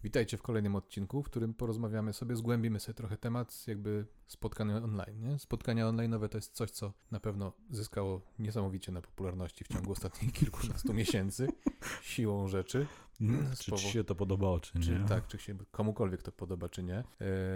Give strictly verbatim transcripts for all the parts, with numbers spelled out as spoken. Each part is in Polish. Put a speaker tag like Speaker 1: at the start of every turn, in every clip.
Speaker 1: Witajcie w kolejnym odcinku, w którym porozmawiamy sobie, zgłębimy sobie trochę temat jakby spotkania online. Nie? Spotkania online'owe to jest coś, co na pewno zyskało niesamowicie na popularności w ciągu ostatnich kilkunastu miesięcy, siłą rzeczy.
Speaker 2: Czy ci się to podobało, czy nie?
Speaker 1: Czy, tak, czy się komukolwiek to podoba, czy nie.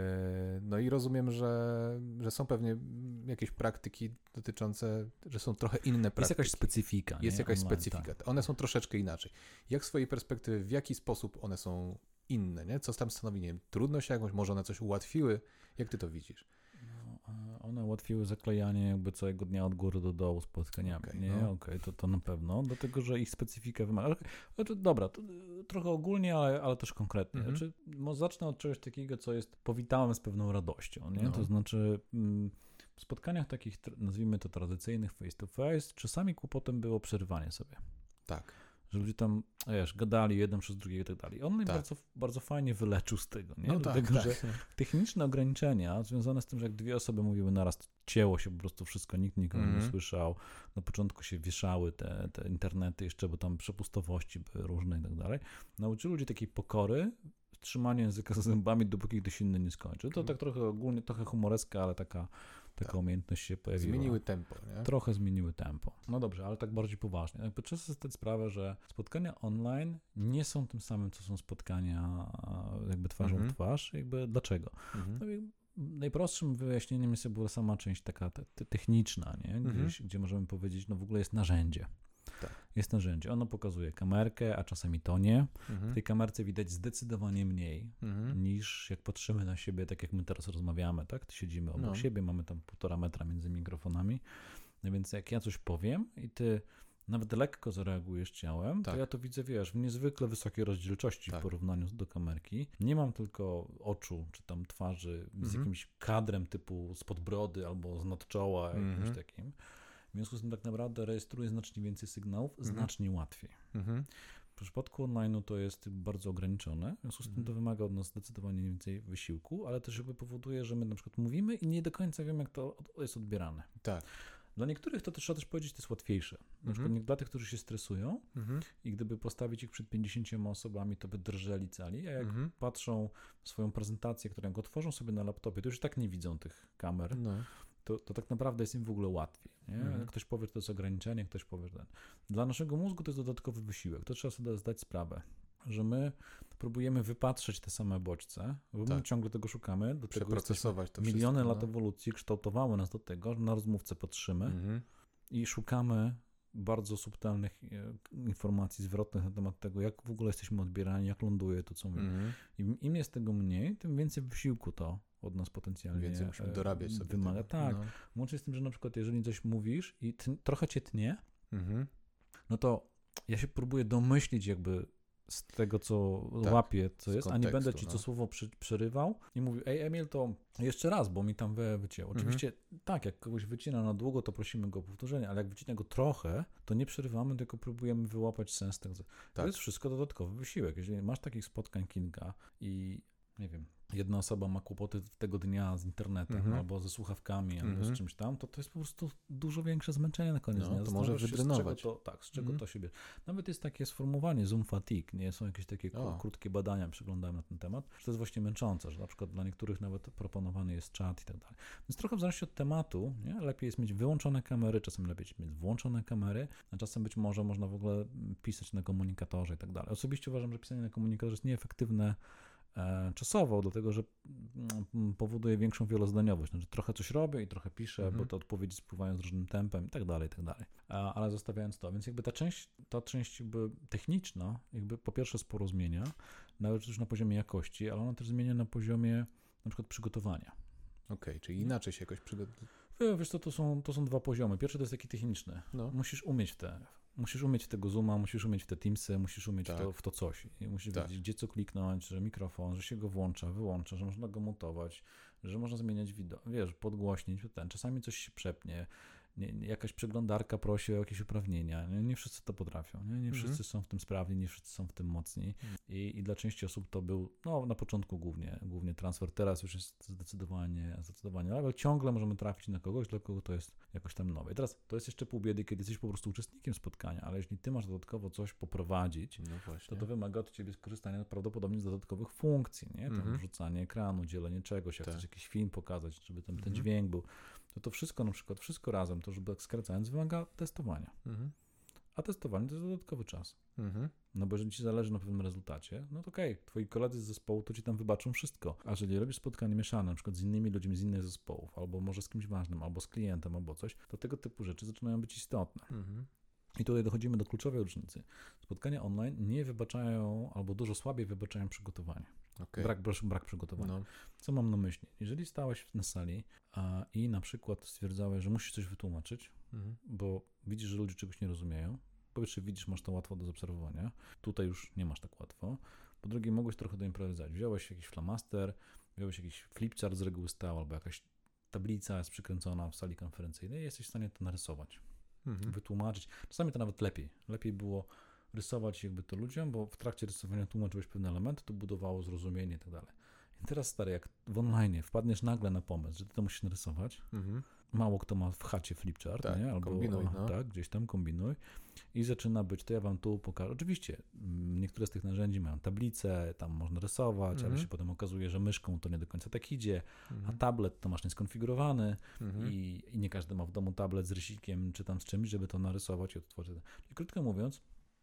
Speaker 1: No i rozumiem, że, że są pewnie jakieś praktyki dotyczące, że są trochę inne praktyki.
Speaker 2: Jest jakaś specyfika.
Speaker 1: Jest
Speaker 2: nie?
Speaker 1: jakaś
Speaker 2: Online,
Speaker 1: specyfika.
Speaker 2: Tak.
Speaker 1: One są troszeczkę inaczej. Jak z swojej perspektywy, w jaki sposób one są inne, nie? Co tam stanowi, nie wiem, trudność jakąś, może one coś ułatwiły? Jak ty to widzisz?
Speaker 2: No, one ułatwiły zaklejanie jakby całego dnia od góry do dołu spotkaniami.
Speaker 1: Okay,
Speaker 2: nie,
Speaker 1: no.
Speaker 2: okej, okay, to, to na pewno, dlatego, że ich specyfika wymaga. Ale to, dobra, to, trochę ogólnie, ale, ale też konkretnie. Mm-hmm. Znaczy, może zacznę od czegoś takiego, co jest powitałem z pewną radością, nie? No. To znaczy mm, w spotkaniach takich, nazwijmy to tradycyjnych, face to face, czasami kłopotem było przerywanie sobie.
Speaker 1: Tak.
Speaker 2: Że ludzie tam, wiesz, gadali jeden przez drugiego i tak dalej. On mnie
Speaker 1: tak.
Speaker 2: bardzo, bardzo fajnie wyleczył z tego, nie?
Speaker 1: No
Speaker 2: Dlatego,
Speaker 1: tak,
Speaker 2: że
Speaker 1: tak.
Speaker 2: techniczne ograniczenia związane z tym, że jak dwie osoby mówiły naraz, cięło się po prostu wszystko, nikt nikogo mm. nie słyszał. Na początku się wieszały te, te internety jeszcze, bo tam przepustowości były różne i tak dalej. Nauczyły ludzi takiej pokory, trzymania języka za zębami, dopóki ktoś inny nie skończy. To tak trochę ogólnie, trochę humoreska, ale taka, taka tak. umiejętność się pojawiła.
Speaker 1: Zmieniły tempo, nie?
Speaker 2: Trochę zmieniły tempo. No dobrze, ale tak bardziej poważnie. Jakby trzeba sobie zdać sprawę, że spotkania online nie są tym samym, co są spotkania jakby twarzą mm-hmm. w twarz. Jakby dlaczego? Mm-hmm. No, jakby najprostszym wyjaśnieniem jest jakby sama część taka te, te techniczna, nie? Gdzieś, mm-hmm. gdzie możemy powiedzieć, no w ogóle jest narzędzie.
Speaker 1: Tak.
Speaker 2: Jest narzędzie. Ono pokazuje kamerkę, a czasami to nie.
Speaker 1: Mhm.
Speaker 2: W tej kamerce widać zdecydowanie mniej
Speaker 1: mhm.
Speaker 2: niż jak patrzymy na siebie, tak jak my teraz rozmawiamy, tak? Siedzimy obok
Speaker 1: no.
Speaker 2: siebie, mamy tam półtora metra między mikrofonami. No więc jak ja coś powiem i ty nawet lekko zareagujesz ciałem, tak. to ja to widzę, wiesz, w niezwykle wysokiej rozdzielczości tak. w porównaniu do kamerki. Nie mam tylko oczu, czy tam twarzy z
Speaker 1: mhm.
Speaker 2: jakimś kadrem typu spod brody albo z nadczoła, jakimś
Speaker 1: mhm.
Speaker 2: takim. W związku z tym tak naprawdę rejestruje znacznie więcej sygnałów, mhm. znacznie łatwiej.
Speaker 1: Mhm.
Speaker 2: W przypadku online'u to jest bardzo ograniczone, w związku z tym to wymaga od nas zdecydowanie więcej wysiłku, ale też jakby powoduje, że my na przykład mówimy i nie do końca wiemy, jak to jest odbierane.
Speaker 1: Tak.
Speaker 2: Dla niektórych to też trzeba też powiedzieć, to jest łatwiejsze. Na
Speaker 1: mhm.
Speaker 2: przykład dla tych, którzy się stresują
Speaker 1: mhm.
Speaker 2: i gdyby postawić ich przed pięćdziesięcioma osobami, to by drżeli cali, a jak
Speaker 1: mhm.
Speaker 2: patrzą w swoją prezentację, którą otworzą sobie na laptopie, to już tak nie widzą tych kamer.
Speaker 1: No.
Speaker 2: To, to tak naprawdę jest im w ogóle łatwiej. Nie? Mhm. Ktoś powie, że to jest ograniczenie, ktoś powie, że ten. Dla naszego mózgu to jest dodatkowy wysiłek. To trzeba sobie zdać sprawę, że my próbujemy wypatrzeć te same bodźce, bo tak. my ciągle tego szukamy. Do
Speaker 1: Przeprocesować to
Speaker 2: Miliony
Speaker 1: wszystko,
Speaker 2: lat no. ewolucji kształtowały nas do tego, że na rozmówcę patrzymy
Speaker 1: mhm.
Speaker 2: i szukamy bardzo subtelnych informacji zwrotnych na temat tego, jak w ogóle jesteśmy odbierani, jak ląduje to, co mówimy. Mhm. Im, Im jest tego mniej, tym więcej wysiłku to od nas potencjalnie
Speaker 1: Więcej musimy dorabiać sobie
Speaker 2: wymaga.
Speaker 1: tego.
Speaker 2: Tak,
Speaker 1: no.
Speaker 2: łącznie z tym, że na przykład jeżeli coś mówisz i tn- trochę cię tnie,
Speaker 1: mhm.
Speaker 2: no to ja się próbuję domyślić jakby z tego, co
Speaker 1: tak,
Speaker 2: łapię, co jest, a nie będę ci
Speaker 1: no.
Speaker 2: co słowo przy, przerywał i mówił, ej Emil, to jeszcze raz, bo mi tam wy, wycięło. Oczywiście mhm. tak, jak kogoś wycina na długo, to prosimy go o powtórzenie, ale jak wycina go trochę, to nie przerywamy, tylko próbujemy wyłapać sens tego. To
Speaker 1: tak.
Speaker 2: jest wszystko dodatkowy wysiłek. Jeżeli masz takich spotkań kilka i nie wiem, jedna osoba ma kłopoty tego dnia z internetem, mm-hmm. albo ze słuchawkami, albo mm-hmm. z czymś tam, to to jest po prostu dużo większe zmęczenie na koniec
Speaker 1: no,
Speaker 2: dnia.
Speaker 1: To może wydrenować.
Speaker 2: Z czego to, tak, z czego mm-hmm. to się bierze. Nawet jest takie sformułowanie Zoom fatigue, nie? Są jakieś takie o. krótkie badania, przeglądałem na ten temat, że to jest właśnie męczące, że na przykład dla niektórych nawet proponowany jest czat i tak dalej. Więc trochę w zależności od tematu, nie? Lepiej jest mieć wyłączone kamery, czasem lepiej jest mieć włączone kamery, a czasem być może można w ogóle pisać na komunikatorze i tak dalej. Osobiście uważam, że pisanie na komunikatorze jest nieefektywne czasowo, dlatego że powoduje większą wielozdaniowość. Znaczy, trochę coś robię i trochę piszę, mhm. bo te odpowiedzi spływają z różnym tempem i tak dalej, i tak dalej. Ale zostawiając to, więc jakby ta część, ta część jakby techniczna, jakby po pierwsze sporo zmienia, nawet już na poziomie jakości, ale ona też zmienia na poziomie na przykład przygotowania.
Speaker 1: Okej, okay, czyli inaczej się jakoś przygotować.
Speaker 2: Wiesz co, to są, to są dwa poziomy. Pierwszy to jest taki techniczny. No. Musisz umieć w te, musisz umieć w tego Zooma, musisz umieć w te Teamsy, musisz umieć tak. w, to, w to coś. I musisz tak. wiedzieć, gdzie co kliknąć, że mikrofon, że się go włącza, wyłącza, że można go montować, że można zmieniać wideo, wiesz, podgłośnić ten. Czasami coś się przepnie. nie, nie, jakaś przeglądarka prosi o jakieś uprawnienia. Nie, nie wszyscy to potrafią, nie, nie wszyscy mhm. są w tym sprawni, nie wszyscy są w tym mocni mhm. I, i dla części osób to był, no na początku głównie, głównie transfer, teraz już jest zdecydowanie, zdecydowanie, ale ciągle możemy trafić na kogoś, dla kogo to jest jakoś tam nowe. I teraz to jest jeszcze pół biedy, kiedy jesteś po prostu uczestnikiem spotkania, ale jeśli ty masz dodatkowo coś poprowadzić, no to to wymaga od ciebie skorzystania prawdopodobnie z dodatkowych funkcji, nie? Tam mhm. wrzucanie ekranu, dzielenie czegoś, jak tak. chcesz jakiś film pokazać, żeby tam mhm. ten dźwięk był. To to wszystko na przykład, wszystko razem, to żeby tak skracając, wymaga testowania. Mhm. A testowanie to jest dodatkowy czas. Mhm. No bo jeżeli ci zależy na pewnym rezultacie, no to okej, okay, twoi koledzy z zespołu to ci tam wybaczą wszystko. A jeżeli robisz spotkanie mieszane, na przykład z innymi ludźmi z innych zespołów, albo może z kimś ważnym, albo z klientem, albo coś, to tego typu rzeczy zaczynają być istotne. Mhm. I tutaj dochodzimy do kluczowej różnicy. Spotkania online nie wybaczają, albo dużo słabiej wybaczają przygotowanie. Okay. Brak, brak przygotowania. No. Co mam na myśli? Jeżeli stałeś na sali a, i na przykład stwierdzałeś, że musisz coś wytłumaczyć, mhm. bo widzisz, że ludzie czegoś nie rozumieją. Po pierwsze widzisz, masz to łatwo do zaobserwowania. Tutaj już nie masz tak łatwo. Po drugie mogłeś trochę do improwizować. Wziąłeś jakiś flamaster, wziąłeś jakiś flipchart z reguły stał, albo jakaś tablica jest przykręcona w sali konferencyjnej i jesteś w stanie to narysować. Mhm. Wytłumaczyć. Czasami to nawet lepiej. Lepiej było rysować jakby to ludziom, bo w trakcie rysowania tłumaczyłeś pewne elementy, to budowało zrozumienie i tak dalej. I teraz stary, jak w online wpadniesz nagle na pomysł, że ty to musisz narysować, mhm. mało kto ma w chacie flipchart, tak, nie? Albo kombinuj, no. tak, gdzieś tam kombinuj i zaczyna być, to ja wam tu pokażę. Oczywiście niektóre z tych narzędzi mają tablice, tam można rysować, mhm. ale się potem okazuje, że myszką to nie do końca tak idzie, mhm. a tablet to masz nieskonfigurowany mhm. i, i nie każdy ma w domu tablet z rysikiem czy tam z czymś, żeby to narysować i odtworzyć. I krótko mówiąc,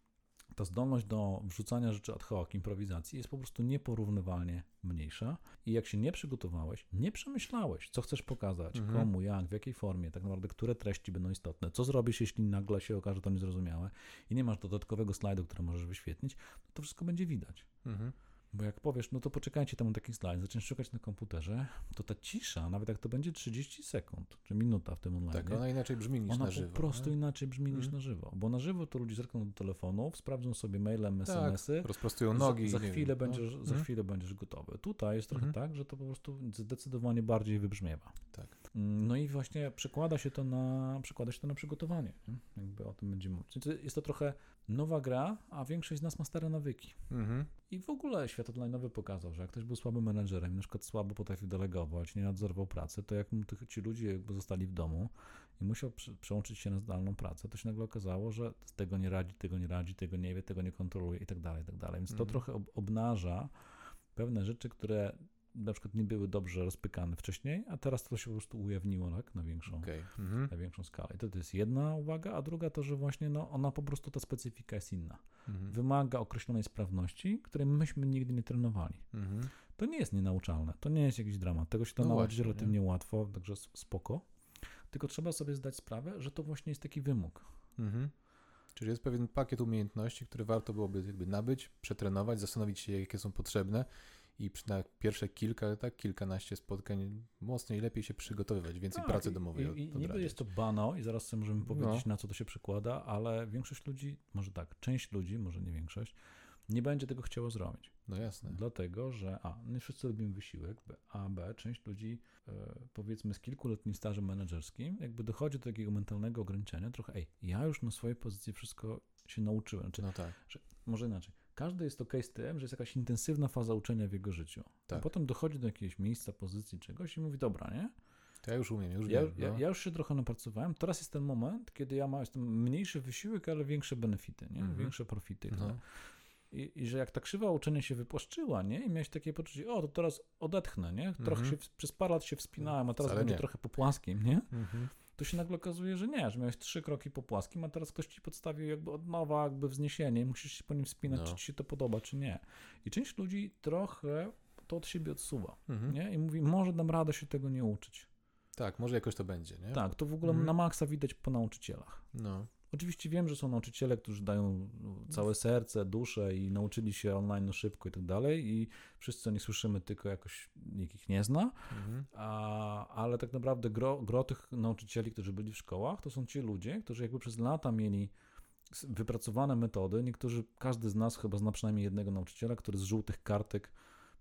Speaker 2: ta zdolność do wrzucania rzeczy ad hoc, improwizacji jest po prostu nieporównywalnie mniejsza i jak się nie przygotowałeś, nie przemyślałeś, co chcesz pokazać, mhm. komu, jak, w jakiej formie, tak naprawdę które treści będą istotne, co zrobisz, jeśli nagle się okaże to niezrozumiałe i nie masz dodatkowego slajdu, który możesz wyświetlić, to, to wszystko będzie widać. Mhm. Bo jak powiesz, no to poczekajcie, tam taki slajd, zaczniesz szukać na komputerze, to ta cisza, nawet jak to będzie trzydzieści sekund, czy minuta w tym online.
Speaker 1: Tak, ona inaczej brzmi niż
Speaker 2: ona
Speaker 1: na żywo.
Speaker 2: Ona po prostu
Speaker 1: nie?
Speaker 2: inaczej brzmi mm. niż na żywo, bo na żywo to ludzie zerkną do telefonów, sprawdzą sobie mailem, es em esy,
Speaker 1: tak, rozprostują nogi.
Speaker 2: Za, za, chwilę,
Speaker 1: wiem,
Speaker 2: będziesz, no. za mm. chwilę będziesz gotowy. Tutaj jest trochę mm. tak, że to po prostu zdecydowanie bardziej wybrzmiewa. Tak. No i właśnie przekłada się to na, przekłada się to na przygotowanie. Nie? Jakby o tym będziemy mówić. Jest to trochę nowa gra, a większość z nas ma stare nawyki. Mm-hmm. I w ogóle świat online'owy pokazał, że jak ktoś był słabym menedżerem, na przykład słabo potrafił delegować, nie nadzorował pracy, to jak ci ludzie jakby zostali w domu i musiał prze- przełączyć się na zdalną pracę, to się nagle okazało, że z tego nie radzi, tego nie radzi, tego nie wie, tego nie kontroluje i tak dalej, i tak dalej. Więc mm-hmm. to trochę ob- obnaża pewne rzeczy, które na przykład nie były dobrze rozpykane wcześniej, a teraz to się po prostu ujawniło tak, na, większą, okay. mm-hmm. na większą skalę. I to, to jest jedna uwaga, a druga to, że właśnie no, ona po prostu, ta specyfika jest inna. Mm-hmm. Wymaga określonej sprawności, której myśmy nigdy nie trenowali. Mm-hmm. To nie jest nienauczalne, to nie jest jakiś dramat. Tego się to no nauczyć relatywnie nie? łatwo, także spoko. Tylko trzeba sobie zdać sprawę, że to właśnie jest taki wymóg. Mm-hmm.
Speaker 1: Czyli jest pewien pakiet umiejętności, które warto byłoby jakby nabyć, przetrenować, zastanowić się, jakie są potrzebne i na pierwsze kilka, tak, kilkanaście spotkań mocniej, lepiej się przygotowywać, więcej tak, pracy domowej
Speaker 2: i, i niby jest to banał i zaraz sobie możemy powiedzieć, no. na co to się przekłada, ale większość ludzi, może tak, część ludzi, może nie większość, nie będzie tego chciało zrobić.
Speaker 1: No jasne.
Speaker 2: Dlatego, że a, nie wszyscy lubimy wysiłek, b, a b, część ludzi e, powiedzmy z kilkuletnim stażem menedżerskim jakby dochodzi do takiego mentalnego ograniczenia, trochę ej, ja już na swojej pozycji wszystko się nauczyłem. Znaczy,
Speaker 1: no tak.
Speaker 2: Że, może inaczej. Każdy jest okej z tym, że jest jakaś intensywna faza uczenia w jego życiu. Tak. A potem dochodzi do jakiegoś miejsca, pozycji, czegoś i mówi, dobra, nie?
Speaker 1: To ja już umiem, już
Speaker 2: ja,
Speaker 1: wiem.
Speaker 2: Ja,
Speaker 1: no.
Speaker 2: ja już się trochę napracowałem. Teraz jest ten moment, kiedy ja mam jestem mniejszy wysiłek, ale większe benefity, nie? Mhm. Większe profity. No. I, I że jak ta krzywa uczenia się wypłaszczyła, nie? I miałeś takie poczucie, o, to teraz odetchnę, nie? Trochę mhm. się, przez parę lat się wspinałem, a teraz
Speaker 1: Wcale
Speaker 2: będzie
Speaker 1: nie.
Speaker 2: trochę po płaskim, nie?
Speaker 1: Mhm.
Speaker 2: To się nagle okazuje, że nie, że miałeś trzy kroki po płaskim, a teraz ktoś ci podstawił jakby od nowa jakby wzniesienie i musisz się po nim wspinać, no. czy ci się to podoba, czy nie. I część ludzi trochę to od siebie odsuwa, mhm. nie? I mówi, może dam radę się tego nie uczyć.
Speaker 1: Tak, może jakoś to będzie, nie?
Speaker 2: Tak, to w ogóle mhm. na maksa widać po nauczycielach.
Speaker 1: No.
Speaker 2: Oczywiście wiem, że są nauczyciele, którzy dają całe serce, duszę i nauczyli się online szybko i tak dalej i wszyscy o nich słyszymy, tylko jakoś nikt ich nie zna, mhm. a, ale tak naprawdę gro, gro tych nauczycieli, którzy byli w szkołach, to są ci ludzie, którzy jakby przez lata mieli wypracowane metody. Niektórzy, każdy z nas chyba zna przynajmniej jednego nauczyciela, który z żółtych kartek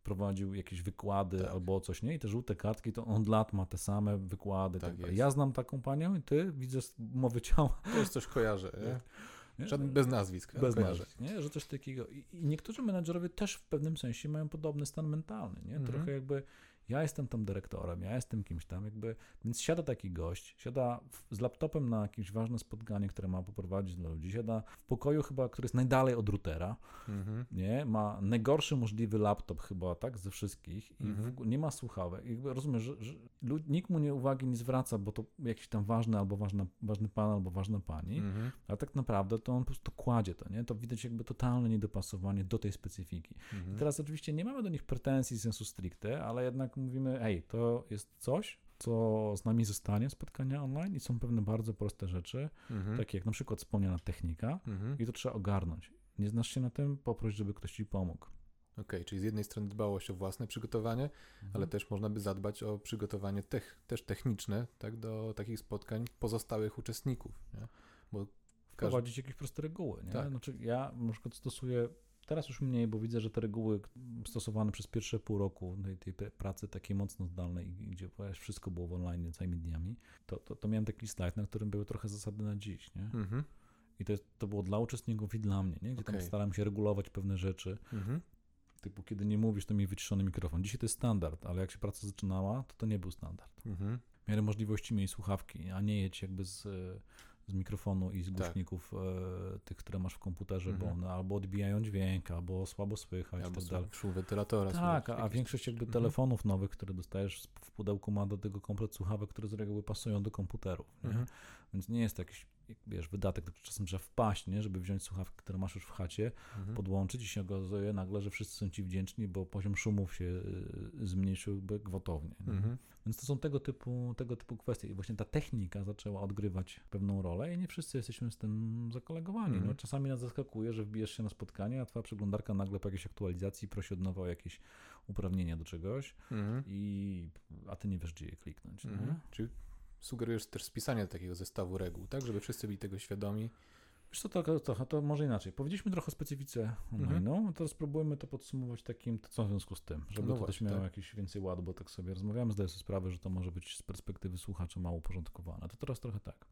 Speaker 2: prowadził jakieś wykłady
Speaker 1: tak.
Speaker 2: albo coś, nie? I te żółte kartki, to on od lat ma te same wykłady.
Speaker 1: Tak
Speaker 2: tak
Speaker 1: jest.
Speaker 2: Ja znam taką panią i ty widzę z mowy ciała.
Speaker 1: To jest coś kojarzę, nie?
Speaker 2: Nie?
Speaker 1: Żaden, bez nazwisk.
Speaker 2: Bez
Speaker 1: kojarzę.
Speaker 2: nazwisk, nie? Że coś takiego. I, I niektórzy menadżerowie też w pewnym sensie mają podobny stan mentalny, nie?
Speaker 1: Mhm.
Speaker 2: Trochę jakby ja jestem tam dyrektorem, ja jestem kimś tam, jakby, więc siada taki gość, siada w, z laptopem na jakieś ważne spotkanie, które ma poprowadzić dla ludzi, siada w pokoju chyba, który jest najdalej od routera,
Speaker 1: Mhm.
Speaker 2: nie? Ma najgorszy możliwy laptop chyba, tak, ze wszystkich i
Speaker 1: Mhm.
Speaker 2: w ogóle nie ma słuchawek. Jakby rozumiesz, że, że lud, nikt mu nie uwagi nie zwraca, bo to jakiś tam ważny albo ważna, ważny pan, albo ważna pani,
Speaker 1: Mhm.
Speaker 2: a tak naprawdę to on po prostu kładzie to, nie? To widać jakby totalne niedopasowanie do tej specyfiki.
Speaker 1: Mhm.
Speaker 2: I teraz oczywiście nie mamy do nich pretensji sensu stricte, ale jednak mówimy, ej, to jest coś, co z nami zostanie, spotkania online i są pewne bardzo proste rzeczy,
Speaker 1: Mhm.
Speaker 2: takie jak na przykład wspomniana technika
Speaker 1: Mhm.
Speaker 2: i to trzeba ogarnąć. Nie znasz się na tym, poproś, żeby ktoś ci pomógł.
Speaker 1: Okej, czyli z jednej strony dbałość o własne przygotowanie,
Speaker 2: Mhm.
Speaker 1: ale też można by zadbać o przygotowanie tech, też techniczne, tak, do takich spotkań pozostałych uczestników, nie? Bo
Speaker 2: Wprowadzić jakieś proste reguły, nie?
Speaker 1: Tak.
Speaker 2: Znaczy ja na przykład stosuję, teraz już mniej, bo widzę, że te reguły stosowane przez pierwsze pół roku tej, tej pracy takiej mocno zdalnej, gdzie wszystko było w online całymi dniami, to, to, to miałem taki slajd, na którym były trochę zasady na dziś, nie?
Speaker 1: Mhm.
Speaker 2: I to, jest, to było dla uczestników i dla mnie, nie? Gdzie tam
Speaker 1: Okej.
Speaker 2: staram się regulować pewne rzeczy,
Speaker 1: Mhm.
Speaker 2: typu kiedy nie mówisz, to mi wyciszony mikrofon. Dzisiaj to jest standard, ale jak się praca zaczynała, to to nie był standard.
Speaker 1: Mhm.
Speaker 2: W miarę możliwości miej słuchawki, a nie jedź jakby z, z mikrofonu i z głośników e, tych, które masz w komputerze,
Speaker 1: Mhm.
Speaker 2: bo one albo odbijają dźwięk, albo słabo słychać i
Speaker 1: Albo
Speaker 2: tak dalej.
Speaker 1: szum wentylatora.
Speaker 2: Tak,
Speaker 1: słychać
Speaker 2: a, a
Speaker 1: jakieś-
Speaker 2: większość jakby
Speaker 1: Mhm.
Speaker 2: telefonów nowych, które dostajesz w pudełku, ma do tego komplet słuchawek, które z reguły pasują do komputerów. Nie?
Speaker 1: Mhm.
Speaker 2: Więc nie jest to jakiś, wiesz, wydatek, który czasem trzeba wpaść, nie? Żeby wziąć słuchawki, które masz już w chacie,
Speaker 1: Mhm.
Speaker 2: podłączyć i się okazuje nagle, że wszyscy są ci wdzięczni, bo poziom szumów się y, zmniejszył jakby gwałtownie. nie?
Speaker 1: Mhm.
Speaker 2: Więc to są tego typu, tego typu kwestie. I właśnie ta technika zaczęła odgrywać pewną rolę i nie wszyscy jesteśmy z tym zakolegowani.
Speaker 1: Mhm.
Speaker 2: No, czasami nas zaskakuje, że wbijesz się na spotkanie, a twoja przeglądarka nagle po jakiejś aktualizacji prosi od nowa o jakieś uprawnienia do czegoś,
Speaker 1: Mhm.
Speaker 2: i, a ty nie wiesz, gdzie je kliknąć. nie?
Speaker 1: Mhm. Czyli sugerujesz też spisanie takiego zestawu reguł, tak? Żeby wszyscy byli tego świadomi.
Speaker 2: Wiesz co, to, to, to może inaczej. Powiedzieliśmy trochę o specyfice online, no, teraz spróbujmy to podsumować takim, to co w związku z tym, żeby
Speaker 1: No
Speaker 2: to też
Speaker 1: właśnie,
Speaker 2: miało
Speaker 1: tak.
Speaker 2: jakiś więcej ładu, bo tak sobie rozmawiamy, zdaję sobie sprawę, że to może być z perspektywy słuchacza mało uporządkowane. To teraz trochę tak.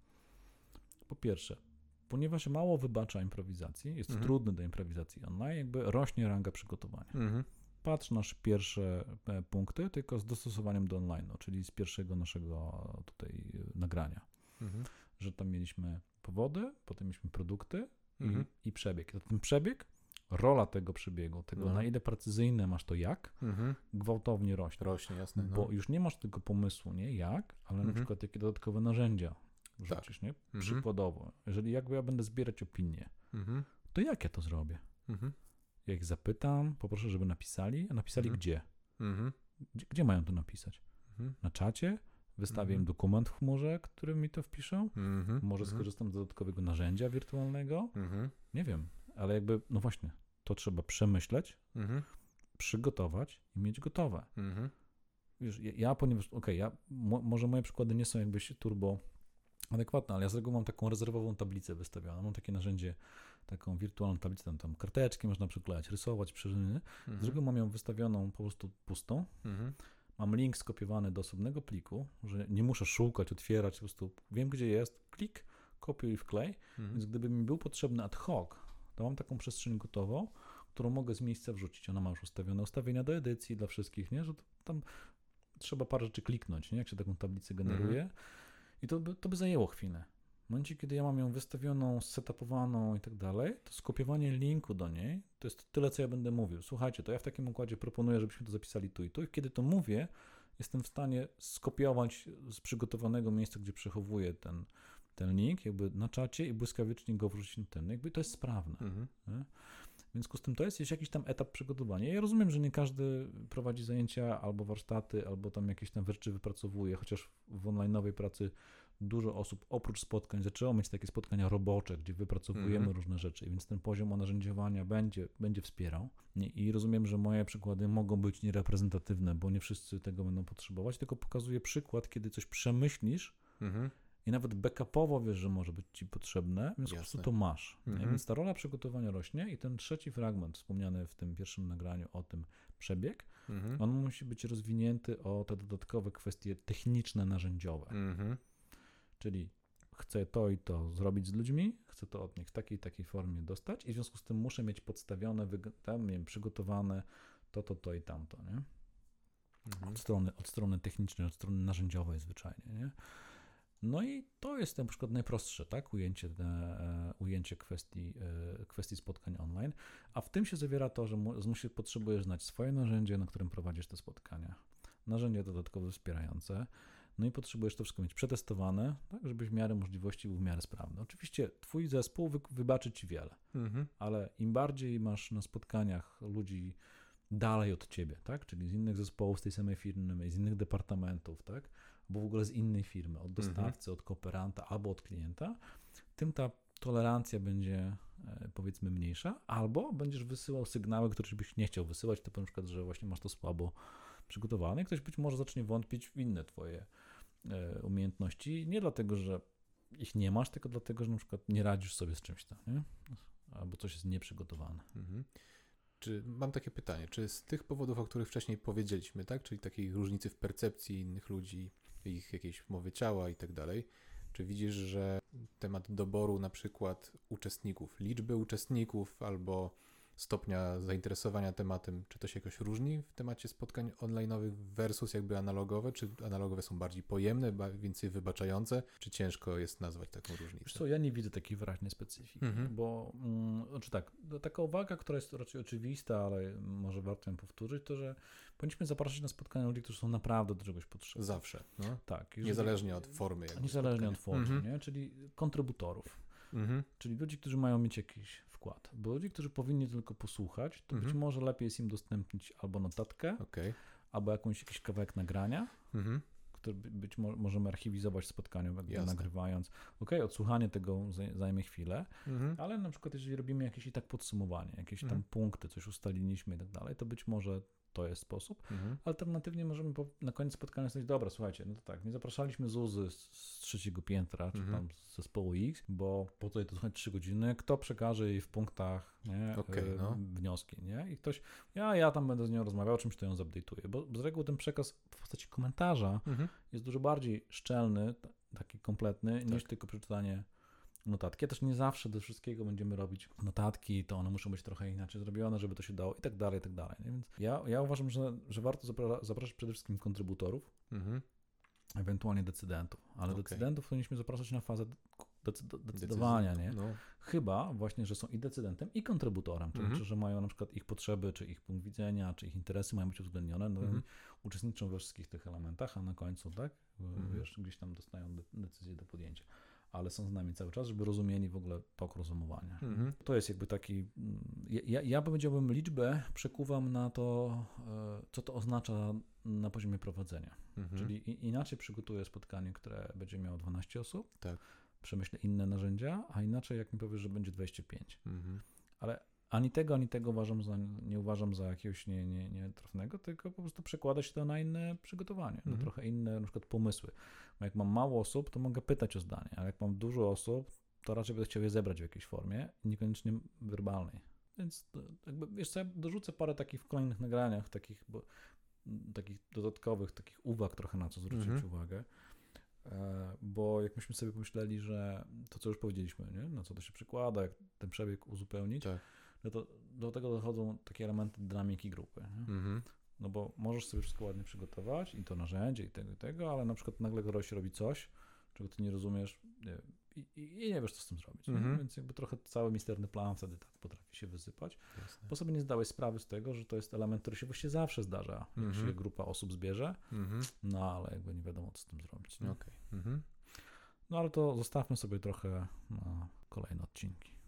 Speaker 2: Po pierwsze, ponieważ mało wybacza improwizacji, jest
Speaker 1: Mhm.
Speaker 2: trudny do improwizacji online, jakby rośnie ranga przygotowania.
Speaker 1: Mhm.
Speaker 2: Patrz nasze pierwsze e, punkty, tylko z dostosowaniem do online, czyli z pierwszego naszego tutaj e, nagrania.
Speaker 1: Mhm.
Speaker 2: Że tam mieliśmy powody, potem mieliśmy produkty i,
Speaker 1: Mhm.
Speaker 2: i przebieg. To ten przebieg, rola tego przebiegu, tego
Speaker 1: No.
Speaker 2: na ile precyzyjne masz to jak,
Speaker 1: Mhm.
Speaker 2: gwałtownie rośnie.
Speaker 1: Rośnie, jasne. No.
Speaker 2: Bo już nie masz tylko pomysłu, nie jak, ale na
Speaker 1: Mhm.
Speaker 2: przykład jakie dodatkowe narzędzia wrzucisz, nie?
Speaker 1: Mhm.
Speaker 2: Przykładowo, jeżeli jakby ja będę zbierać opinie,
Speaker 1: Mhm.
Speaker 2: to jak ja to zrobię?
Speaker 1: Mhm.
Speaker 2: Ja ich zapytam, poproszę, żeby napisali, a napisali
Speaker 1: Mhm.
Speaker 2: gdzie?
Speaker 1: Mhm.
Speaker 2: gdzie? Gdzie mają to napisać?
Speaker 1: Mhm.
Speaker 2: Na czacie? Wystawię
Speaker 1: Mhm.
Speaker 2: im dokument w chmurze, który mi to wpiszą?
Speaker 1: Mhm.
Speaker 2: Może
Speaker 1: Mhm.
Speaker 2: skorzystam z dodatkowego narzędzia wirtualnego?
Speaker 1: Mhm.
Speaker 2: Nie wiem, ale jakby, no właśnie, to trzeba przemyśleć,
Speaker 1: Mhm.
Speaker 2: przygotować i mieć gotowe.
Speaker 1: Mhm.
Speaker 2: Wiesz, ja, ja ponieważ, okej, ja, mo, może moje przykłady nie są jakby turbo adekwatne, ale ja z reguły mam taką rezerwową tablicę wystawioną, mam takie narzędzie, taką wirtualną tablicę, tam, tam karteczki można przyklejać, rysować, przeżyny. Z
Speaker 1: Mhm.
Speaker 2: reguły mam ją wystawioną po prostu pustą,
Speaker 1: Mhm.
Speaker 2: mam link skopiowany do osobnego pliku, że nie muszę szukać, otwierać, po prostu wiem, gdzie jest, klik, kopiuj i wklej,
Speaker 1: Mhm.
Speaker 2: więc gdyby mi był potrzebny ad hoc, to mam taką przestrzeń gotową, którą mogę z miejsca wrzucić. Ona ma już ustawione ustawienia do edycji dla wszystkich, nie? Że to, tam trzeba parę rzeczy kliknąć, nie? Jak się taką tablicę generuje.
Speaker 1: Mhm.
Speaker 2: I to by, to by zajęło chwilę. W momencie, kiedy ja mam ją wystawioną, setupowaną i tak dalej, to skopiowanie linku do niej to jest tyle, co ja będę mówił. Słuchajcie, to ja w takim układzie proponuję, żebyśmy to zapisali tu i tu. I kiedy to mówię, jestem w stanie skopiować z przygotowanego miejsca, gdzie przechowuję ten, ten link, jakby na czacie i błyskawicznie go wrzucić na ten. Jakby to jest sprawne.
Speaker 1: Mhm.
Speaker 2: Nie? W związku z tym to jest, jest jakiś tam etap przygotowania. Ja rozumiem, że nie każdy prowadzi zajęcia albo warsztaty, albo tam jakieś tam rzeczy wypracowuje, chociaż w online'owej pracy dużo osób oprócz spotkań zaczęło mieć takie spotkania robocze, gdzie wypracowujemy
Speaker 1: Mhm.
Speaker 2: różne rzeczy, więc ten poziom narzędziowania będzie, będzie wspierał. Nie, i rozumiem, że moje przykłady mogą być niereprezentatywne, bo nie wszyscy tego będą potrzebować, tylko pokazuję przykład, kiedy coś przemyślisz
Speaker 1: Mhm.
Speaker 2: i nawet backupowo wiesz, że może być ci potrzebne, więc po prostu
Speaker 1: Jasne.
Speaker 2: to masz. Nie?
Speaker 1: Mhm.
Speaker 2: Więc ta rola przygotowania rośnie i ten trzeci fragment wspomniany w tym pierwszym nagraniu o tym przebieg,
Speaker 1: Mhm.
Speaker 2: On musi być rozwinięty o te dodatkowe kwestie techniczne, narzędziowe.
Speaker 1: Mhm.
Speaker 2: Czyli chcę to i to zrobić z ludźmi, chcę to od nich w takiej takiej formie dostać i w związku z tym muszę mieć podstawione, tam, nie wiem, przygotowane to, to, to i tamto, nie?
Speaker 1: Mhm.
Speaker 2: Od strony, od strony technicznej, od strony narzędziowej zwyczajnie, nie? No i to jest na przykład najprostsze, tak? Ujęcie, e, ujęcie kwestii, e, kwestii spotkań online, a w tym się zawiera to, że mu, musi, potrzebujesz znać swoje narzędzie, na którym prowadzisz te spotkania, narzędzia dodatkowe wspierające, no i potrzebujesz to wszystko mieć przetestowane, tak, żebyś w miarę możliwości był w miarę sprawny. Oczywiście twój zespół wy, wybaczy ci wiele,
Speaker 1: Mhm.
Speaker 2: ale im bardziej masz na spotkaniach ludzi dalej od ciebie, tak, czyli z innych zespołów, z tej samej firmy, z innych departamentów, tak, bo w ogóle z innej firmy, od dostawcy, mhm. od kooperanta albo od klienta, tym ta tolerancja będzie e, powiedzmy mniejsza, albo będziesz wysyłał sygnały, które byś nie chciał wysyłać, to na przykład, że właśnie masz to słabo przygotowane i ktoś być może zacznie wątpić w inne twoje e, umiejętności, nie dlatego, że ich nie masz, tylko dlatego, że na przykład nie radzisz sobie z czymś tam, nie? Albo coś jest nieprzygotowane.
Speaker 1: Mhm. Czy mam takie pytanie, czy z tych powodów, o których wcześniej powiedzieliśmy, tak, czyli takiej różnicy w percepcji innych ludzi, ich jakiejś mowy ciała i tak dalej, czy widzisz, że temat doboru na przykład uczestników, liczby uczestników albo stopnia zainteresowania tematem, czy to się jakoś różni w temacie spotkań online'owych versus jakby analogowe? Czy analogowe są bardziej pojemne, więcej wybaczające? Czy ciężko jest nazwać taką różnicę?
Speaker 2: Wiesz co, ja nie widzę takiej wyraźnej specyfiki, mhm. bo mm, znaczy tak, taka uwaga, która jest raczej oczywista, ale może warto ją powtórzyć, to, że powinniśmy zapraszać na spotkania ludzi, którzy są naprawdę do czegoś potrzebni.
Speaker 1: Zawsze. No?
Speaker 2: Tak. Jeżeli,
Speaker 1: niezależnie od formy.
Speaker 2: Niezależnie
Speaker 1: spotkania.
Speaker 2: od formy,
Speaker 1: mhm.
Speaker 2: nie? Czyli kontrybutorów.
Speaker 1: Mhm.
Speaker 2: Czyli ludzi, którzy mają mieć jakiś wkład. Bo ludzi, którzy powinni tylko posłuchać, to
Speaker 1: mhm.
Speaker 2: być może lepiej jest im udostępnić albo notatkę,
Speaker 1: okay.
Speaker 2: albo jakąś, jakiś kawałek nagrania,
Speaker 1: mhm.
Speaker 2: który być może możemy archiwizować w spotkaniu, jakby nagrywając. Okej, okay, odsłuchanie tego zajmie chwilę, mhm. ale na przykład jeżeli robimy jakieś i tak podsumowanie, jakieś mhm. tam punkty, coś ustaliliśmy i tak dalej, to być może to jest sposób. Mhm. Alternatywnie możemy po, na koniec spotkania powiedzieć, dobra, słuchajcie, no to tak, nie zapraszaliśmy Zuzy z, z trzeciego piętra, czy mhm. tam z zespołu X, bo po to to słuchać trzy godziny, kto przekaże jej w punktach nie,
Speaker 1: okay,
Speaker 2: y,
Speaker 1: no.
Speaker 2: wnioski, nie? I ktoś, ja, ja tam będę z nią rozmawiał, czymś to ją zupdate'uję, bo z reguły ten przekaz w postaci komentarza mhm. jest dużo bardziej szczelny, taki kompletny, tak. niż tylko przeczytanie notatki. Ja też nie zawsze do wszystkiego będziemy robić notatki, to one muszą być trochę inaczej zrobione, żeby to się dało i tak dalej, i tak dalej. Nie? Więc ja, ja uważam, że, że warto zapra- zapraszać przede wszystkim kontrybutorów, mhm. ewentualnie decydentów, ale okay. decydentów powinniśmy zapraszać na fazę decyd- decydowania, nie? No. Chyba właśnie, że są i decydentem, i kontrybutorem, to mhm. znaczy, że mają na przykład ich potrzeby, czy ich punkt widzenia, czy ich interesy mają być uwzględnione, no mhm. uczestniczą we wszystkich tych elementach, a na końcu, tak, mhm. wiesz, gdzieś tam dostają de- decyzję do podjęcia. Ale są z nami cały czas, żeby rozumieli w ogóle tok rozumowania. Mhm. To jest jakby taki, ja, ja powiedziałbym liczbę, przekuwam na to, co to oznacza na poziomie prowadzenia. Mhm. Czyli inaczej przygotuję spotkanie, które będzie miało dwanaście osób,
Speaker 1: tak.
Speaker 2: przemyślę inne narzędzia, a inaczej jak mi powiesz, że będzie dwadzieścia pięć.
Speaker 1: Mhm. Ale
Speaker 2: ani tego, ani tego uważam za, nie uważam za jakiegoś nie, nie, nietrafnego, tylko po prostu przekłada się to na inne przygotowanie, mhm. na trochę inne na przykład pomysły. Bo jak mam mało osób, to mogę pytać o zdanie, ale jak mam dużo osób, to raczej będę chciał je zebrać w jakiejś formie, niekoniecznie werbalnej. Więc to, jakby, wiesz co, ja dorzucę parę takich w kolejnych nagraniach, takich, bo, takich dodatkowych, takich uwag trochę na co zwrócić mhm. uwagę. Bo jak myśmy sobie pomyśleli, że to, co już powiedzieliśmy, nie? Na co to się przykłada, jak ten przebieg uzupełnić, tak. no to do tego dochodzą takie elementy dynamiki grupy. Mhm. No bo możesz sobie wszystko ładnie przygotować i to narzędzie i tego i tego, ale na przykład nagle ktoś robi coś, czego ty nie rozumiesz nie, i, i, i nie wiesz, co z tym zrobić. Mhm. Więc jakby trochę cały misterny plan wtedy tak potrafi się wysypać, Jasne. Bo sobie nie zdałeś sprawy z tego, że to jest element, który się właściwie zawsze zdarza, jak mhm. się grupa osób zbierze, mhm. no ale jakby nie wiadomo, co z tym zrobić.
Speaker 1: Okay. Mhm.
Speaker 2: No ale to zostawmy sobie trochę na kolejne odcinki.